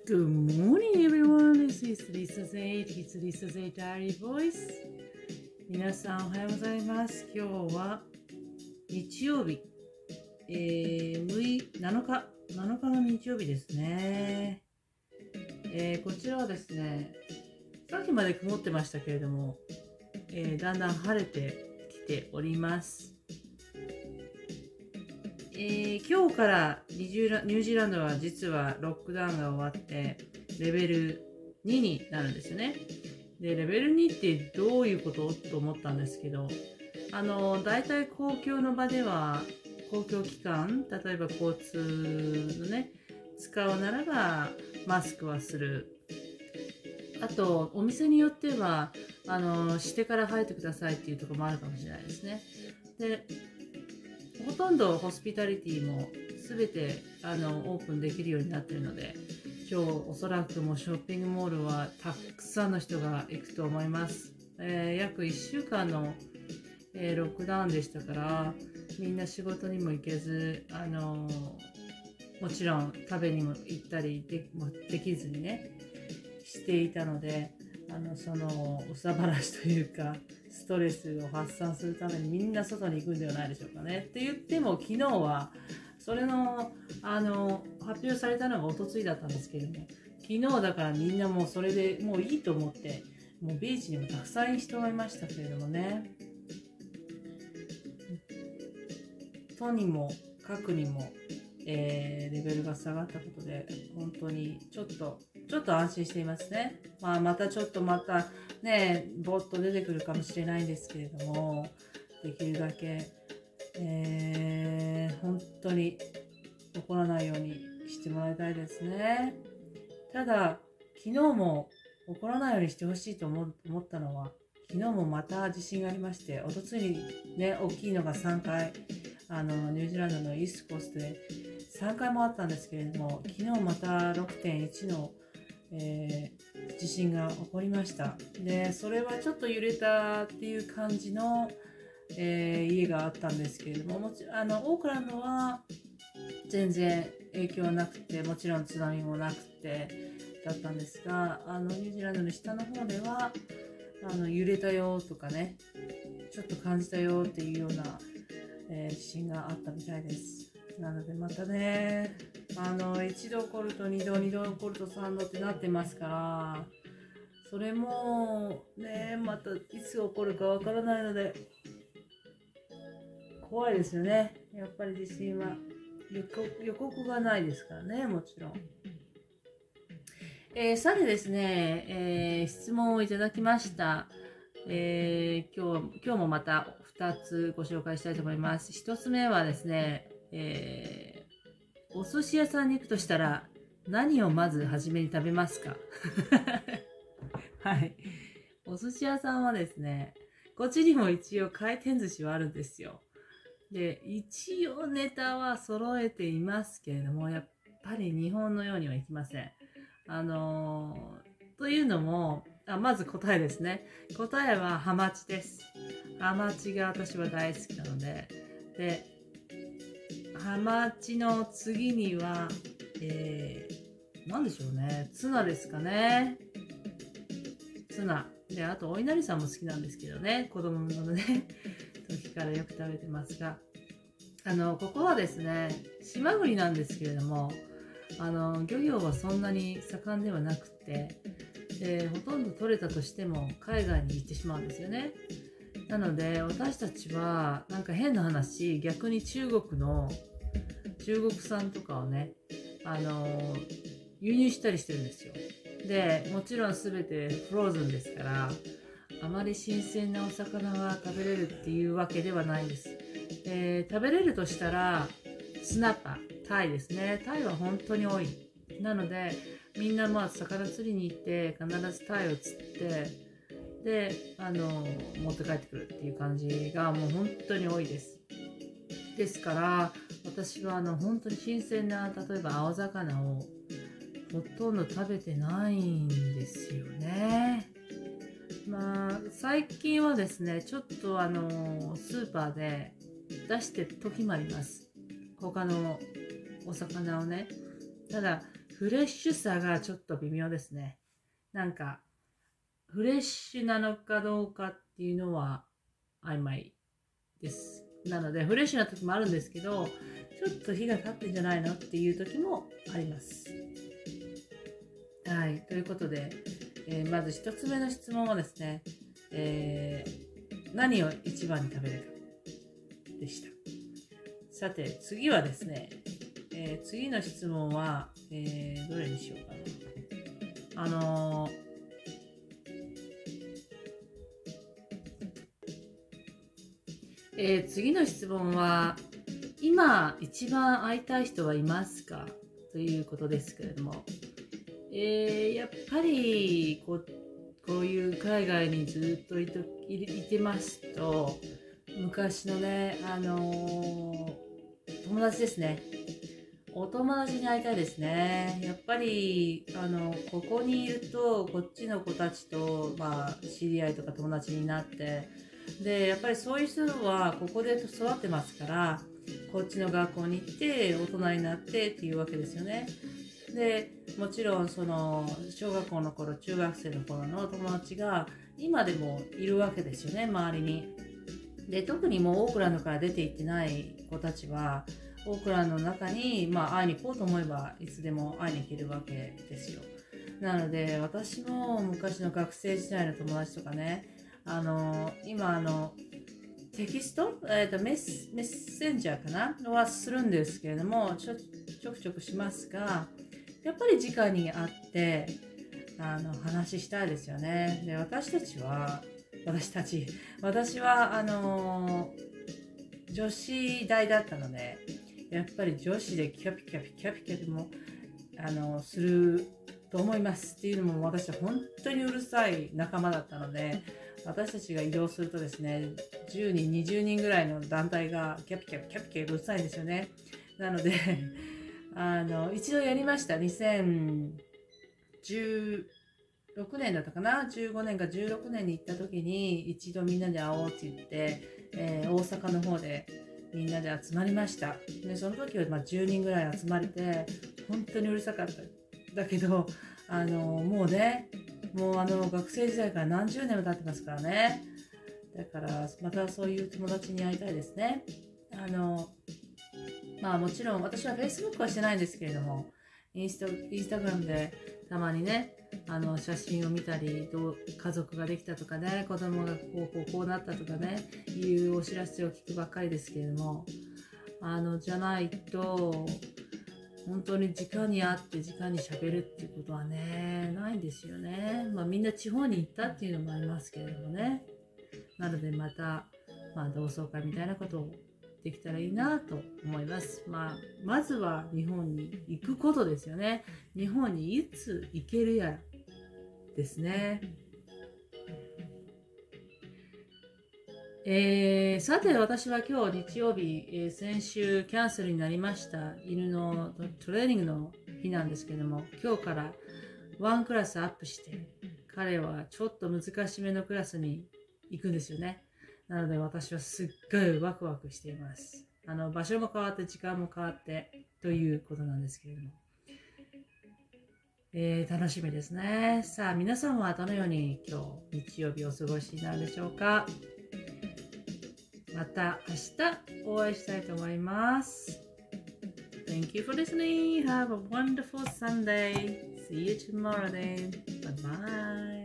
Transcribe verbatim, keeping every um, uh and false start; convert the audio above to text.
Good morning, everyone. This is Lisa Zaid. It's Lisa Zaid Diary Voice. 皆さんおはようございます。今日は日曜日、えー、むいなのか、なのかの日曜日ですね。えー、こちらはですね、さっきまで曇ってましたけれども、えー、だんだん晴れてきております。えー、今日からニュージーランドは実はロックダウンが終わってレベルにになるんですよね。で、レベルにってどういうことと思ったんですけど、あの、大体公共の場では公共機関、例えば交通のね、使うならばマスクはする。あと、お店によっては、あの、してから入ってくださいっていうところもあるかもしれないですね。で、ほとんどホスピタリティも全てあのオープンできるようになっているので、今日おそらくもうショッピングモールはたくさんの人が行くと思います。えー、約いっしゅうかんの、えー、ロックダウンでしたから、みんな仕事にも行けず、あのー、もちろん食べにも行ったり で, もできずにねしていたので、あのそのうさばらしというかストレスを発散するためにみんな外に行くんではないでしょうかね。って言っても昨日はそれのあの発表されたのがおとついだったんですけれども、昨日だからみんなもうそれでもういいと思ってもうビーチにもたくさん人がいましたけれどもね、とにもかくにも、えー、レベルが下がったことで本当にちょっとちょっと安心していますね。まあ、またちょっとまたねぼっと出てくるかもしれないんですけれども、できるだけ、えー、本当に起こらないようにしてもらいたいですね。ただ昨日も起こらないようにしてほしいと思ったのは、昨日もまた地震がありまして、おとついにね大きいのがさんかい、あのニュージーランドのイーストコーストでさんかいもあったんですけれども、昨日また ろくてんいち の、えー、地震が起こりました。で、それはちょっと揺れたっていう感じの、えー、家があったんですけれども、もちあのオークランドは全然影響はなくて、もちろん津波もなくてだったんですが、あのニュージーランドの下の方ではあの揺れたよとかね、ちょっと感じたよっていうような、えー、地震があったみたいです。なのでまたね、あのいちど起こるとにど、にど起こるとさんどってなってますから、それもねまたいつ起こるかわからないので怖いですよね。やっぱり地震は予告、予告がないですからね、もちろん。えー、さてですね、えー、質問をいただきました。えー、今日、今日もまたふたつご紹介したいと思います。ひとつめはですね、えー、お寿司屋さんに行くとしたら何をまず初めに食べますか？はい。お寿司屋さんはですね、こっちにも一応回転寿司はあるんですよ。で、一応ネタは揃えていますけれども、やっぱり日本のようにはいきません。あのー、というのもあ、まず答えですね。答えはハマチです。ハマチが私は大好きなので、で、ハマチの次には、えー、なんでしょうね、ツナですかね。ツナで、あとお稲荷さんも好きなんですけどね、子供のね時からよく食べてますが、あのここはですね島国なんですけれども、あの漁業はそんなに盛んではなくて、でほとんど取れたとしても海外に行ってしまうんですよね。なので私たちはなんか変な話、逆に中国の中国産とかをね、あの輸入したりしてるんですよ。でもちろん全てフローズンですから、あまり新鮮なお魚が食べれるっていうわけではないです。えー、食べれるとしたらスナッパー、タイですね。タイは本当に多い。なのでみんなまあ魚釣りに行って必ずタイを釣って、であの持って帰ってくるっていう感じがもう本当に多いです。ですから私はあの本当に新鮮な、例えば青魚をほとんど食べてないんですよね。まあ最近はですね、ちょっとあのスーパーで出してる時もあります、他のお魚をね。ただフレッシュさがちょっと微妙ですね。なんか、フレッシュなのかどうかっていうのは曖昧です。なので、フレッシュな時もあるんですけど、ちょっと火が立ってんじゃないのっていう時もあります。はい。ということで、えーまず一つ目の質問はですね、えー何を一番に食べるかでした。さて、次はですね、えー次の質問は、えーどれにしようかな。あのーえー次の質問は、今一番会いたい人はいますかということですけれども、えーやっぱりこうこういう海外にずっといといいてますと、昔のね、あのー友達ですね。お友達に会いたいですね。やっぱり、あの、ここにいると、こっちの子たちと、まあ、知り合いとか友達になって、で、やっぱりそういう人は、ここで育ってますから、こっちの学校に行って、大人になってっていうわけですよね。で、もちろん、その、小学校の頃、中学生の頃の友達が、今でもいるわけですよね、周りに。で、特にもうオークランドから出て行ってない子たちは、オークランドの中に、まあ、会いに行こうと思えばいつでも会いに行けるわけですよ。なので、私も昔の学生時代の友達とかね、あの、今あの、テキスト、えーとメッ、メッセンジャーかなはするんですけれども、ちょちょくちょくしますが、やっぱり直に会ってあの話したいですよね。で、私たちは、私たち、私はあの女子大だったので、やっぱり女子でキャピキャピキャピキャピもあのすると思います。っていうのも私は本当にうるさい仲間だったので、私たちが移動するとですね、じゅうにん、にじゅうにんぐらいの団体がキャピキャピキャピキャピうるさいんですよね。なのであの一度やりました。にせんじゅうろくねんだったかな、じゅうごねんかじゅうろくねんに行った時に一度みんなで会おうって言って、えー大阪の方でみんなで集まりました。でその時はまあじゅうにんぐらい集まれて本当にうるさかった。だけどあのもうね、もうあの学生時代から何十年も経ってますからね。だからまたそういう友達に会いたいですね。あのまあもちろん私は Facebook はしてないんですけれども、インスタ、インスタグラムでたまにね、あの写真を見たり、どう家族ができたとかね、子供がこうこうこうなったとかね、いうお知らせを聞くばっかりですけれども、あのじゃないと本当に直に会って直に喋るっていうことはね、ないんですよね。まあみんな地方に行ったっていうのもありますけれどもね。なのでまた、まあ、同窓会みたいなことをできたらいいなと思います。まあ、まずは日本に行くことですよね。日本にいつ行けるやらですね。えー、さて私は今日日曜日、えー先週キャンセルになりました犬のトレーニングの日なんですけども、今日からワンクラスアップして彼はちょっと難しめのクラスに行くんですよね。なので私はすっごいワクワクしています。あの場所も変わって時間も変わってということなんですけれども、えー楽しみですね。さあ皆さんはどのように今日日曜日をお過ごしになるでしょうか。また明日お会いしたいと思います。Thank you for listening. Have a wonderful Sunday. See you tomorrow then. Bye bye.